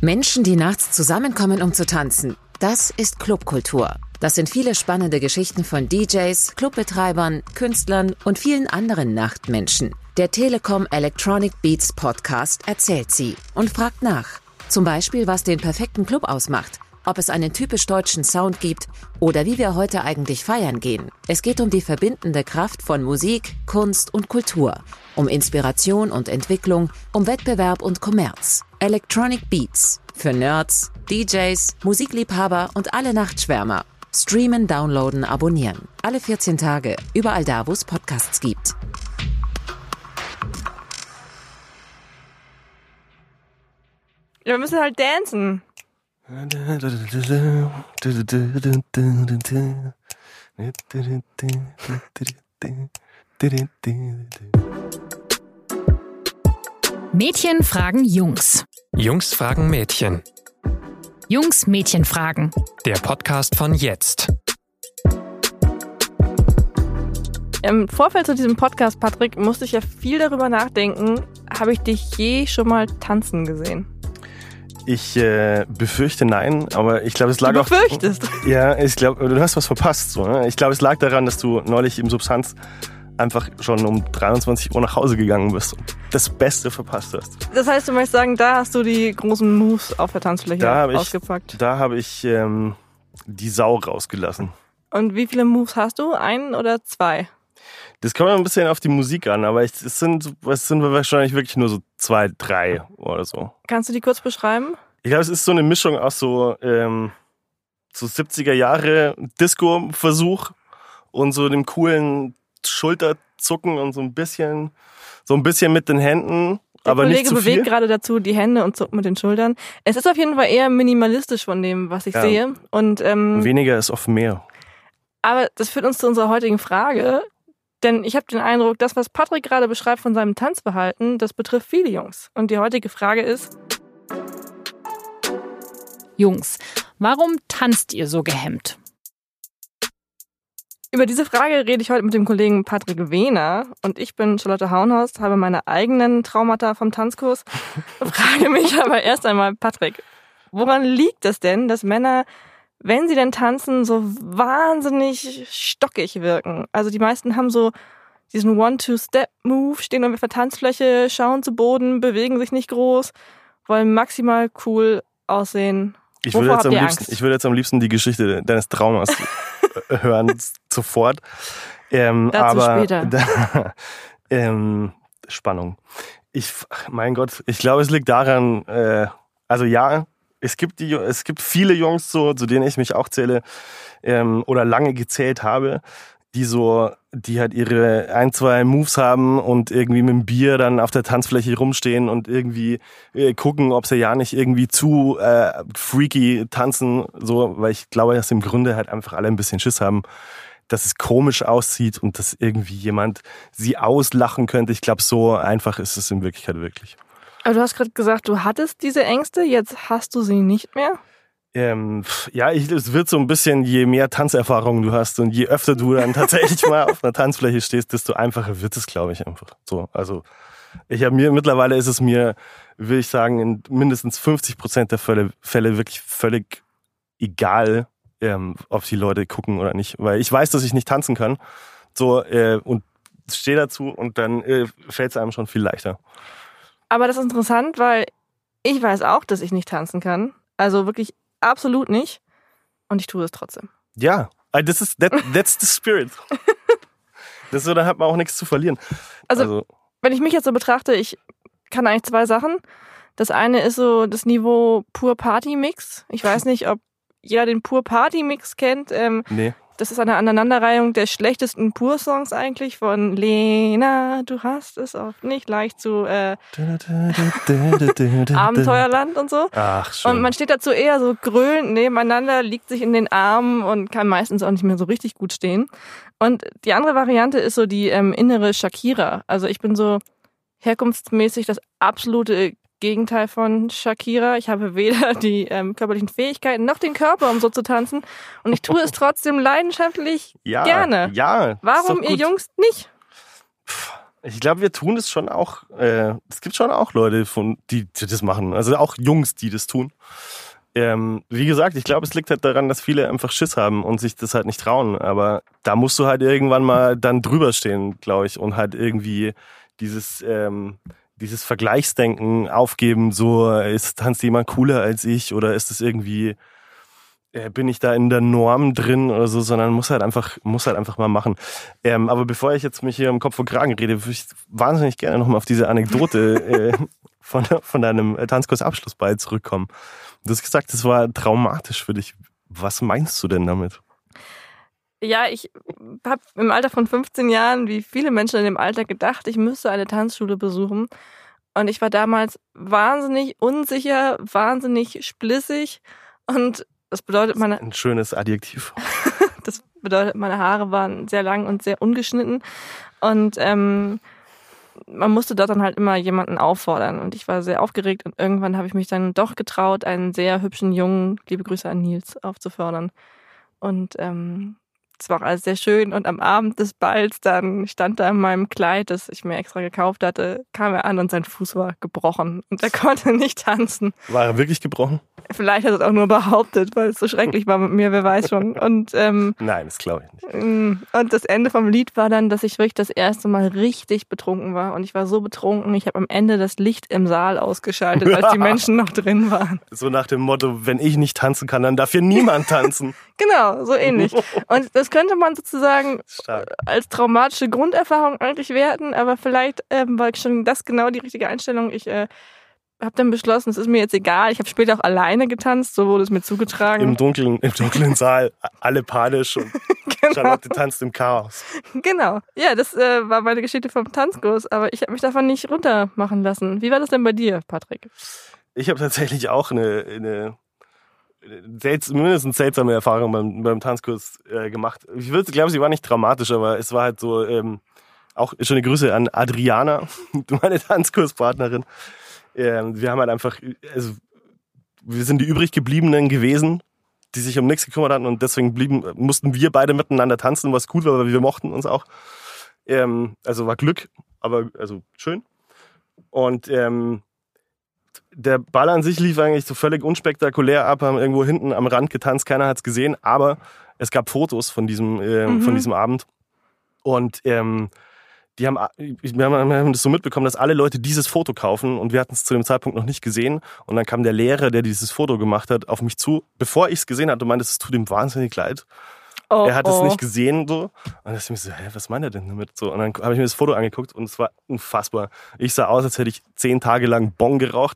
Menschen, die nachts zusammenkommen, um zu tanzen. Das ist Clubkultur. Das sind viele spannende Geschichten von DJs, Clubbetreibern, Künstlern und vielen anderen Nachtmenschen. Der Telekom Electronic Beats Podcast erzählt sie und fragt nach. Zum Beispiel, was den perfekten Club ausmacht, ob es einen typisch deutschen Sound gibt oder wie wir heute eigentlich feiern gehen. Es geht um die verbindende Kraft von Musik, Kunst und Kultur, um Inspiration und Entwicklung, um Wettbewerb und Kommerz. Electronic Beats für Nerds, DJs, Musikliebhaber und alle Nachtschwärmer. Streamen, downloaden, abonnieren. Alle 14 Tage, überall da, wo es Podcasts gibt. Ja, wir müssen halt dancen. Mädchen fragen Jungs. Jungs fragen Mädchen. Jungs Mädchen fragen. Der Podcast von jetzt. Im Vorfeld zu diesem Podcast, Patrick, musste ich ja viel darüber nachdenken. Habe ich dich je schon mal tanzen gesehen? Ich befürchte nein, aber ich glaube, es lag Du befürchtest? Ja, ich glaube, du hast was verpasst. So, ne? Ich glaube, es lag daran, dass du neulich im Substanz einfach schon um 23 Uhr nach Hause gegangen bist und das Beste verpasst hast. Das heißt, du möchtest sagen, da hast du die großen Moves auf der Tanzfläche ausgepackt. Da habe ich die Sau rausgelassen. Und wie viele Moves hast du? Einen oder zwei? Das kommt ein bisschen auf die Musik an, aber es sind wahrscheinlich wirklich nur so 2, 3 oder so. Kannst du die kurz beschreiben? Ich glaube, es ist so eine Mischung aus so 70er Jahre Disco-Versuch und so dem coolen Schulterzucken und so ein bisschen mit den Händen, aber nicht zu viel. Der Kollege bewegt gerade dazu die Hände und zuckt mit den Schultern. Es ist auf jeden Fall eher minimalistisch von dem, was ich sehe. Und weniger ist oft mehr. Aber das führt uns zu unserer heutigen Frage. Denn ich habe den Eindruck, das, was Patrick gerade beschreibt von seinem Tanzverhalten, das betrifft viele Jungs. Und die heutige Frage ist: Jungs, warum tanzt ihr so gehemmt? Über diese Frage rede ich heute mit dem Kollegen Patrick Wehner. Und ich bin Charlotte Hauenhorst, habe meine eigenen Traumata vom Tanzkurs. Frage mich aber erst einmal, Patrick, woran liegt es denn, dass Männer, wenn sie denn tanzen, so wahnsinnig stockig wirken? Also die meisten haben so diesen One-Two-Step-Move, stehen auf der Tanzfläche, schauen zu Boden, bewegen sich nicht groß, wollen maximal cool aussehen. Ich würde jetzt am liebsten die Geschichte deines Traumas hören, sofort. Dazu später. Spannung. Mein Gott, ich glaube, es liegt daran, es gibt viele Jungs, so, zu denen ich mich auch zähle, oder lange gezählt habe, die halt ihre 1, 2 Moves haben und irgendwie mit dem Bier dann auf der Tanzfläche rumstehen und irgendwie gucken, ob sie ja nicht irgendwie zu freaky tanzen, so, weil ich glaube, dass im Grunde halt einfach alle ein bisschen Schiss haben, dass es komisch aussieht und dass irgendwie jemand sie auslachen könnte. Ich glaube, so einfach ist es in Wirklichkeit wirklich. Aber du hast gerade gesagt, du hattest diese Ängste, jetzt hast du sie nicht mehr? Es wird so ein bisschen, je mehr Tanzerfahrung du hast und je öfter du dann tatsächlich mal auf einer Tanzfläche stehst, desto einfacher wird es, glaube ich, einfach. So, also mittlerweile ist es mir, will ich sagen, in mindestens 50% der Fälle wirklich völlig egal, ob die Leute gucken oder nicht, weil ich weiß, dass ich nicht tanzen kann. So, und stehe dazu und dann fällt es einem schon viel leichter. Aber das ist interessant, weil ich weiß auch, dass ich nicht tanzen kann. Also wirklich absolut nicht. Und ich tue es trotzdem. Ja, that's the spirit. Das so, da hat man auch nichts zu verlieren. Also, wenn ich mich jetzt so betrachte, ich kann eigentlich 2 Sachen. Das eine ist so das Niveau Pur Party Mix. Ich weiß nicht, ob jeder den Pur Party Mix kennt. Nee. Das ist eine Aneinanderreihung der schlechtesten Pur-Songs eigentlich von Lena, du hast es oft nicht leicht zu Abenteuerland und so. Ach, schön. Und man steht dazu eher so grölend nebeneinander, liegt sich in den Armen und kann meistens auch nicht mehr so richtig gut stehen. Und die andere Variante ist so die innere Shakira. Also ich bin so herkunftsmäßig das absolute Gegenteil von Shakira. Ich habe weder die körperlichen Fähigkeiten noch den Körper, um so zu tanzen. Und ich tue es trotzdem leidenschaftlich gerne. Ja. Warum ihr Jungs nicht? Ich glaube, wir tun das schon auch. Es gibt schon auch Leute, die das machen. Also auch Jungs, die das tun. Wie gesagt, ich glaube, es liegt halt daran, dass viele einfach Schiss haben und sich das halt nicht trauen. Aber da musst du halt irgendwann mal dann drüber stehen, glaube ich, und halt irgendwie dieses Vergleichsdenken aufgeben. So, tanzt jemand cooler als ich oder ist das irgendwie, bin ich da in der Norm drin oder so, sondern muss halt einfach mal machen. Aber bevor ich jetzt mich hier im Kopf und Kragen rede, würde ich wahnsinnig gerne nochmal auf diese Anekdote von deinem Tanzkursabschlussball zurückkommen. Du hast gesagt, das war traumatisch für dich. Was meinst du denn damit? Ja, ich habe im Alter von 15 Jahren, wie viele Menschen in dem Alter, gedacht, ich müsste eine Tanzschule besuchen. Und ich war damals wahnsinnig unsicher, wahnsinnig splissig. Und das bedeutet, ein schönes Adjektiv. Das bedeutet, meine Haare waren sehr lang und sehr ungeschnitten. Und man musste dort dann halt immer jemanden auffordern. Und ich war sehr aufgeregt. Und irgendwann habe ich mich dann doch getraut, einen sehr hübschen Jungen, liebe Grüße an Nils, aufzufordern. Und es war auch alles sehr schön. Und am Abend des Balls dann stand er in meinem Kleid, das ich mir extra gekauft hatte, kam er an und sein Fuß war gebrochen. Und er konnte nicht tanzen. War er wirklich gebrochen? Vielleicht hat er es auch nur behauptet, weil es so schrecklich war mit mir, wer weiß schon. Und nein, das glaube ich nicht. Und das Ende vom Lied war dann, dass ich wirklich das erste Mal richtig betrunken war. Und ich war so betrunken, ich habe am Ende das Licht im Saal ausgeschaltet, als die Menschen noch drin waren. So nach dem Motto, wenn ich nicht tanzen kann, dann darf hier niemand tanzen. Genau, so ähnlich. Und das könnte man sozusagen als traumatische Grunderfahrung eigentlich werten, aber vielleicht war schon das genau die richtige Einstellung. Ich habe dann beschlossen, es ist mir jetzt egal. Ich habe später auch alleine getanzt, so wurde es mir zugetragen. Im dunklen Saal, alle panisch und genau. Charlotte tanzt im Chaos. Genau. Ja, das war meine Geschichte vom Tanzkurs, aber ich habe mich davon nicht runtermachen lassen. Wie war das denn bei dir, Patrick? Ich habe tatsächlich auch eine mindestens seltsame Erfahrung beim Tanzkurs gemacht. Ich glaube, sie war nicht traumatisch, aber es war halt so, auch schöne Grüße an Adriana, meine Tanzkurspartnerin. Wir haben halt einfach, also wir sind die übrig gebliebenen gewesen, die sich um nichts gekümmert hatten und deswegen mussten wir beide miteinander tanzen, was gut war, weil wir mochten uns auch. Also war Glück, aber also schön. Und der Ball an sich lief eigentlich so völlig unspektakulär ab, haben irgendwo hinten am Rand getanzt, keiner hat's gesehen, aber es gab Fotos von diesem Abend und wir haben das so mitbekommen, dass alle Leute dieses Foto kaufen und wir hatten es zu dem Zeitpunkt noch nicht gesehen und dann kam der Lehrer, der dieses Foto gemacht hat, auf mich zu, bevor ich es gesehen hatte und meinte, es tut ihm wahnsinnig leid. Er hat es nicht gesehen so und dann dachte ich mir so, was meint er denn damit? So, und dann habe ich mir das Foto angeguckt und es war unfassbar. Ich sah aus, als hätte ich 10 Tage lang Bong geraucht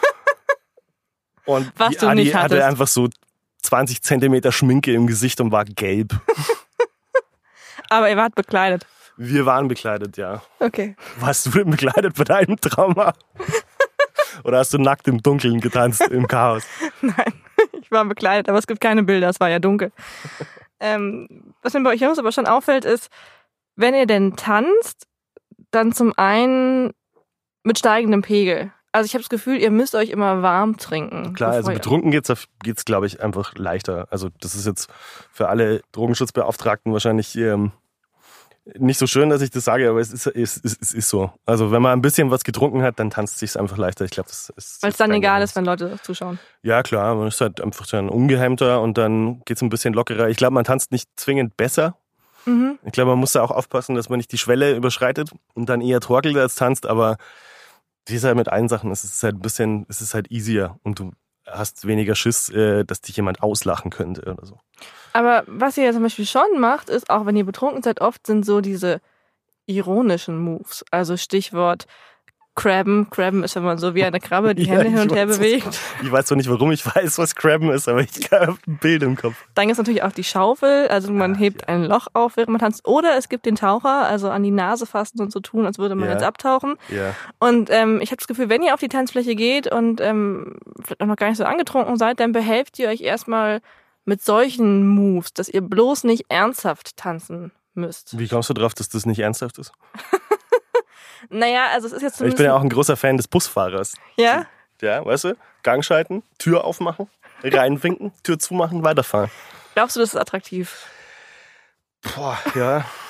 und was die Adi hatte einfach so 20 Zentimeter Schminke im Gesicht und war gelb. Aber ihr wart bekleidet. Wir waren bekleidet, ja. Okay. Warst du denn bekleidet bei deinem Trauma? Oder hast du nackt im Dunkeln getanzt, im Chaos? Nein, ich war bekleidet, aber es gibt keine Bilder, es war ja dunkel. Was mir bei euch Jungs aber schon auffällt, ist, wenn ihr denn tanzt, dann zum einen mit steigendem Pegel. Also ich habe das Gefühl, ihr müsst euch immer warm trinken. Klar, also betrunken geht's glaube ich, einfach leichter. Also das ist jetzt für alle Drogenschutzbeauftragten wahrscheinlich nicht so schön, dass ich das sage, aber es ist so. Also wenn man ein bisschen was getrunken hat, dann tanzt es sich einfach leichter. Ich glaube, das ist. Weil es dann egal ist, wenn Leute zuschauen. Ja klar, man ist halt einfach dann ungehemmter und dann geht's ein bisschen lockerer. Ich glaube, man tanzt nicht zwingend besser. Mhm. Ich glaube, man muss da auch aufpassen, dass man nicht die Schwelle überschreitet und dann eher torkelt als tanzt, aber wie ist halt mit allen Sachen, es ist halt easier und du hast weniger Schiss, dass dich jemand auslachen könnte oder so. Aber was ihr ja zum Beispiel schon macht, ist, auch wenn ihr betrunken seid, oft sind so diese ironischen Moves. Also Stichwort Crabben. Crabben ist, wenn man so wie eine Krabbe die Hände hin und her bewegt. Ich weiß zwar nicht, warum ich weiß, was Crabben ist, aber ich habe ein Bild im Kopf. Dann gibt es natürlich auch die Schaufel, also man hebt ein Loch auf, während man tanzt. Oder es gibt den Taucher, also an die Nase fassen und so tun, als würde man jetzt abtauchen. Ja. Und ich habe das Gefühl, wenn ihr auf die Tanzfläche geht und vielleicht auch noch gar nicht so angetrunken seid, dann behelft ihr euch erstmal mit solchen Moves, dass ihr bloß nicht ernsthaft tanzen müsst. Wie kommst du drauf, dass das nicht ernsthaft ist? Naja, also es ist jetzt zumindest... Ich bin ja auch ein großer Fan des Busfahrers. Ja? Ja, weißt du? Gang schalten, Tür aufmachen, reinwinken, Tür zumachen, weiterfahren. Glaubst du, das ist attraktiv? Boah, ja.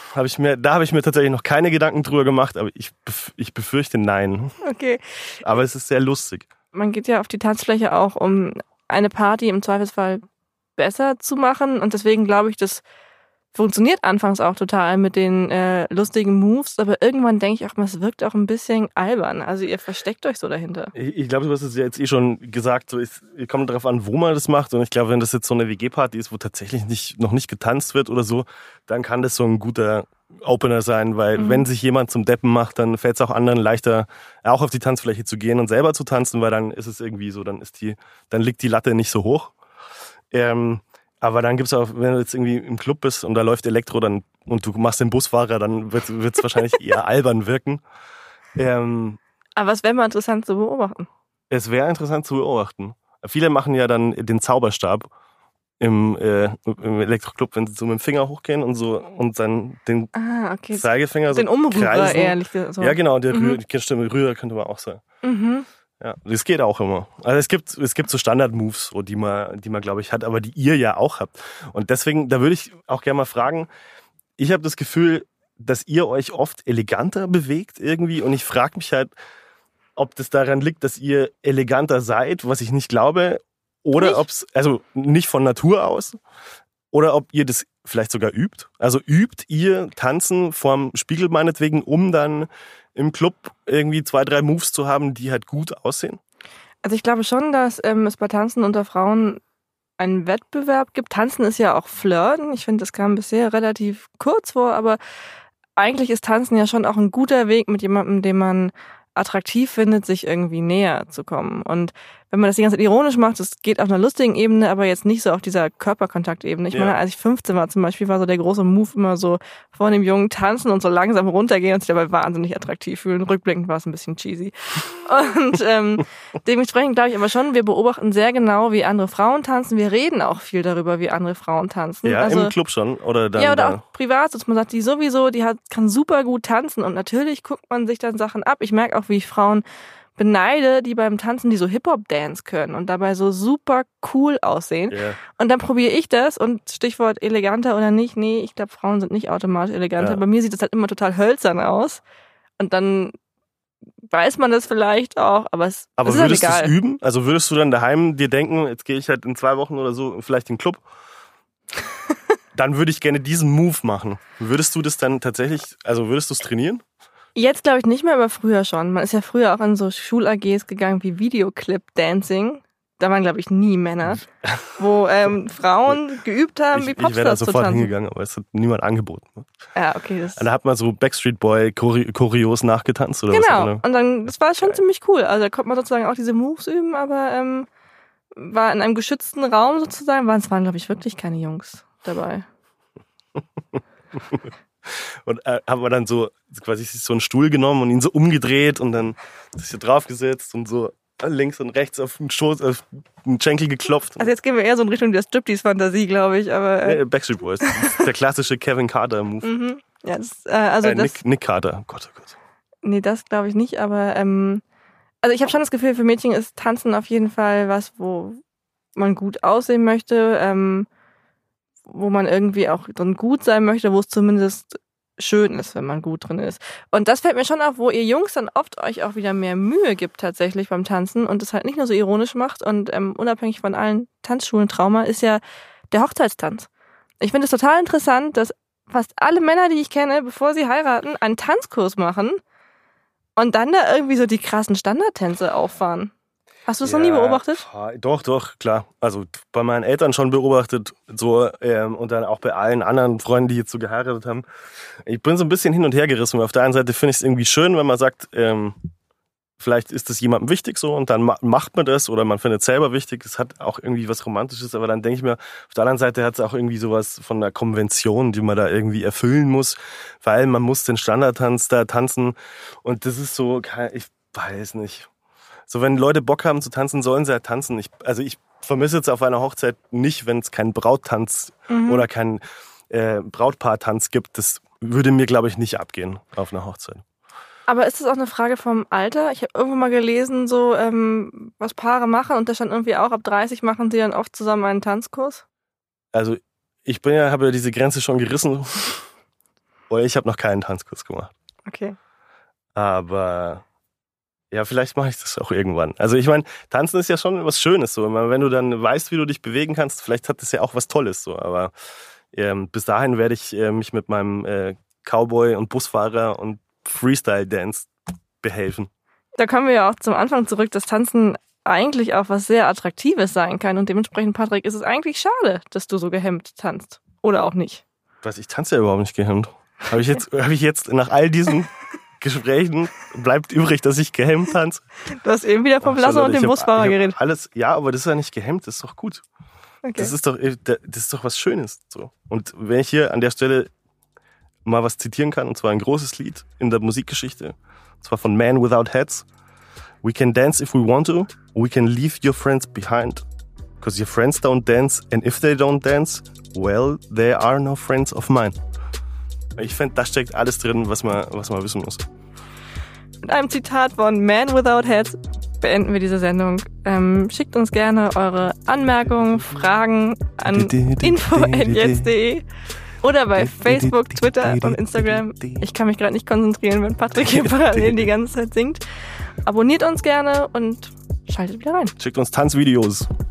habe ich mir tatsächlich noch keine Gedanken drüber gemacht, aber ich befürchte nein. Okay. Aber es ist sehr lustig. Man geht ja auf die Tanzfläche auch, um eine Party im Zweifelsfall besser zu machen. Und deswegen glaube ich, das funktioniert anfangs auch total mit den lustigen Moves. Aber irgendwann denke ich auch, es wirkt auch ein bisschen albern. Also ihr versteckt euch so dahinter. Ich glaube, du hast es ja jetzt schon gesagt, so kommt darauf an, wo man das macht. Und ich glaube, wenn das jetzt so eine WG-Party ist, wo tatsächlich noch nicht getanzt wird oder so, dann kann das so ein guter Opener sein, weil wenn sich jemand zum Deppen macht, dann fällt es auch anderen leichter, auch auf die Tanzfläche zu gehen und selber zu tanzen, weil dann ist es irgendwie so, dann liegt die Latte nicht so hoch. Aber dann gibt's auch, wenn du jetzt irgendwie im Club bist und da läuft Elektro und du machst den Busfahrer, dann wird's wahrscheinlich eher albern wirken. Aber es wäre mal interessant zu beobachten. Es wäre interessant zu beobachten. Viele machen ja dann den Zauberstab im Elektroclub, wenn sie so mit dem Finger hochgehen und so und dann den Zeigefinger so den Umrührer kreisen. ehrlich gesagt. So. Ja, genau, der Rührer könnte man auch sagen. Mhm. Ja, das geht auch immer. Also es gibt so Standard-Moves, so, die man glaube ich hat, aber die ihr ja auch habt. Und deswegen, da würde ich auch gerne mal fragen, ich habe das Gefühl, dass ihr euch oft eleganter bewegt irgendwie und ich frage mich halt, ob das daran liegt, dass ihr eleganter seid, was ich nicht glaube, oder ob es, also nicht von Natur aus, oder ob ihr das vielleicht sogar übt. Also übt ihr Tanzen vorm Spiegel meinetwegen, um dann im Club irgendwie 2, 3 Moves zu haben, die halt gut aussehen? Also ich glaube schon, dass es bei Tanzen unter Frauen einen Wettbewerb gibt. Tanzen ist ja auch Flirten. Ich finde, das kam bisher relativ kurz vor, aber eigentlich ist Tanzen ja schon auch ein guter Weg, mit jemandem, den man attraktiv findet, sich irgendwie näher zu kommen. Und wenn man das die ganze Zeit ironisch macht, das geht auf einer lustigen Ebene, aber jetzt nicht so auf dieser Körperkontaktebene. Ich meine, als ich 15 war zum Beispiel, war so der große Move immer so vor dem Jungen tanzen und so langsam runtergehen und sich dabei wahnsinnig attraktiv fühlen. Rückblickend war es ein bisschen cheesy. Und dementsprechend glaube ich aber schon, wir beobachten sehr genau, wie andere Frauen tanzen. Wir reden auch viel darüber, wie andere Frauen tanzen. Ja, also, im Club schon? Oder dann oder auch privat. Dass man sagt, die sowieso, kann super gut tanzen. Und natürlich guckt man sich dann Sachen ab. Ich merke auch, wie ich Frauen beneide, die beim Tanzen, die so Hip-Hop-Dance können und dabei so super cool aussehen. Yeah. Und dann probiere ich das und Stichwort eleganter oder nicht, nee, ich glaube, Frauen sind nicht automatisch eleganter. Ja. Bei mir sieht das halt immer total hölzern aus. Und dann weiß man das vielleicht auch, aber es ist halt egal. Aber würdest du es üben? Also würdest du dann daheim dir denken, jetzt gehe ich halt in 2 Wochen oder so vielleicht in den Club, dann würde ich gerne diesen Move machen. Würdest du das dann tatsächlich, also würdest du es trainieren? Jetzt glaube ich nicht mehr, aber früher schon. Man ist ja früher auch in so Schul-AGs gegangen wie Videoclip-Dancing. Da waren, glaube ich, nie Männer, wo Frauen geübt haben, wie Popstars zu tanzen. Ich wäre da sofort hingegangen, aber es hat niemand angeboten. Ja, okay. Da hat man so Backstreet Boy Choreos nachgetanzt oder genau. was? Genau, und dann, das war schon ziemlich cool. Also da konnte man sozusagen auch diese Moves üben, aber war in einem geschützten Raum sozusagen. Es waren, glaube ich, wirklich keine Jungs dabei. Und haben wir dann so quasi so einen Stuhl genommen und ihn so umgedreht und dann sich so draufgesetzt und so links und rechts auf den Schoß, auf den Schenkel geklopft. Also jetzt gehen wir eher so in Richtung der Striptease-Fantasie, glaube ich. Aber Backstreet Boys, das ist der klassische Kevin Carter-Move. Mhm. Ja, Nick Carter, Gott, oh Gott. Nee, das glaube ich nicht, aber also ich habe schon das Gefühl, für Mädchen ist Tanzen auf jeden Fall was, wo man gut aussehen möchte, wo man irgendwie auch dann gut sein möchte, wo es zumindest schön ist, wenn man gut drin ist. Und das fällt mir schon auf, wo ihr Jungs dann oft euch auch wieder mehr Mühe gibt tatsächlich beim Tanzen und es halt nicht nur so ironisch macht und unabhängig von allen Tanzschulen-Trauma ist ja der Hochzeitstanz. Ich finde es total interessant, dass fast alle Männer, die ich kenne, bevor sie heiraten, einen Tanzkurs machen und dann da irgendwie so die krassen Standardtänze auffahren. Hast du das noch nie beobachtet? Doch, klar. Also bei meinen Eltern schon beobachtet so und dann auch bei allen anderen Freunden, die jetzt so geheiratet haben. Ich bin so ein bisschen hin und her gerissen. Auf der einen Seite finde ich es irgendwie schön, wenn man sagt, vielleicht ist das jemandem wichtig so und dann macht man das oder man findet es selber wichtig. Es hat auch irgendwie was Romantisches, aber dann denke ich mir, auf der anderen Seite hat es auch irgendwie sowas von einer Konvention, die man da irgendwie erfüllen muss, weil man muss den Standardtanz da tanzen und das ist so, ich weiß nicht. So, wenn Leute Bock haben zu tanzen, sollen sie ja tanzen. Ich vermisse jetzt auf einer Hochzeit nicht, wenn es keinen Brauttanz oder keinen Brautpaartanz gibt. Das würde mir, glaube ich, nicht abgehen auf einer Hochzeit. Aber ist das auch eine Frage vom Alter? Ich habe irgendwo mal gelesen, so was Paare machen und da stand irgendwie auch, ab 30 machen sie dann oft zusammen einen Tanzkurs. Also ich habe ja diese Grenze schon gerissen. Oder ich habe noch keinen Tanzkurs gemacht. Okay. Aber ja, vielleicht mache ich das auch irgendwann. Also ich meine, Tanzen ist ja schon was Schönes. So. Wenn du dann weißt, wie du dich bewegen kannst, vielleicht hat das ja auch was Tolles. So. Aber bis dahin werde ich mich mit meinem Cowboy und Busfahrer und Freestyle-Dance behelfen. Da kommen wir ja auch zum Anfang zurück, dass Tanzen eigentlich auch was sehr Attraktives sein kann. Und dementsprechend, Patrick, ist es eigentlich schade, dass du so gehemmt tanzt. Oder auch nicht. Ich tanze ja überhaupt nicht gehemmt. Habe ich jetzt nach all diesen Gesprächen bleibt übrig, dass ich gehemmt tanze? Du hast eben wieder vom Lasso und dem Busfahrer geredet. Ja, aber das ist ja nicht gehemmt, das ist doch gut. Okay. Das ist doch was Schönes. So. Und wenn ich hier an der Stelle mal was zitieren kann, und zwar ein großes Lied in der Musikgeschichte, und zwar von Man Without Hats. We can dance if we want to, we can leave your friends behind, because your friends don't dance, and if they don't dance, well, they are no friends of mine. Ich finde, da steckt alles drin, was man wissen muss. Mit einem Zitat von Man Without Hats beenden wir diese Sendung. Schickt uns gerne eure Anmerkungen, Fragen an info@jetzt.de oder bei Facebook, Twitter und Instagram. Ich kann mich gerade nicht konzentrieren, wenn Patrick hier parallel die ganze Zeit singt. Abonniert uns gerne und schaltet wieder rein. Schickt uns Tanzvideos.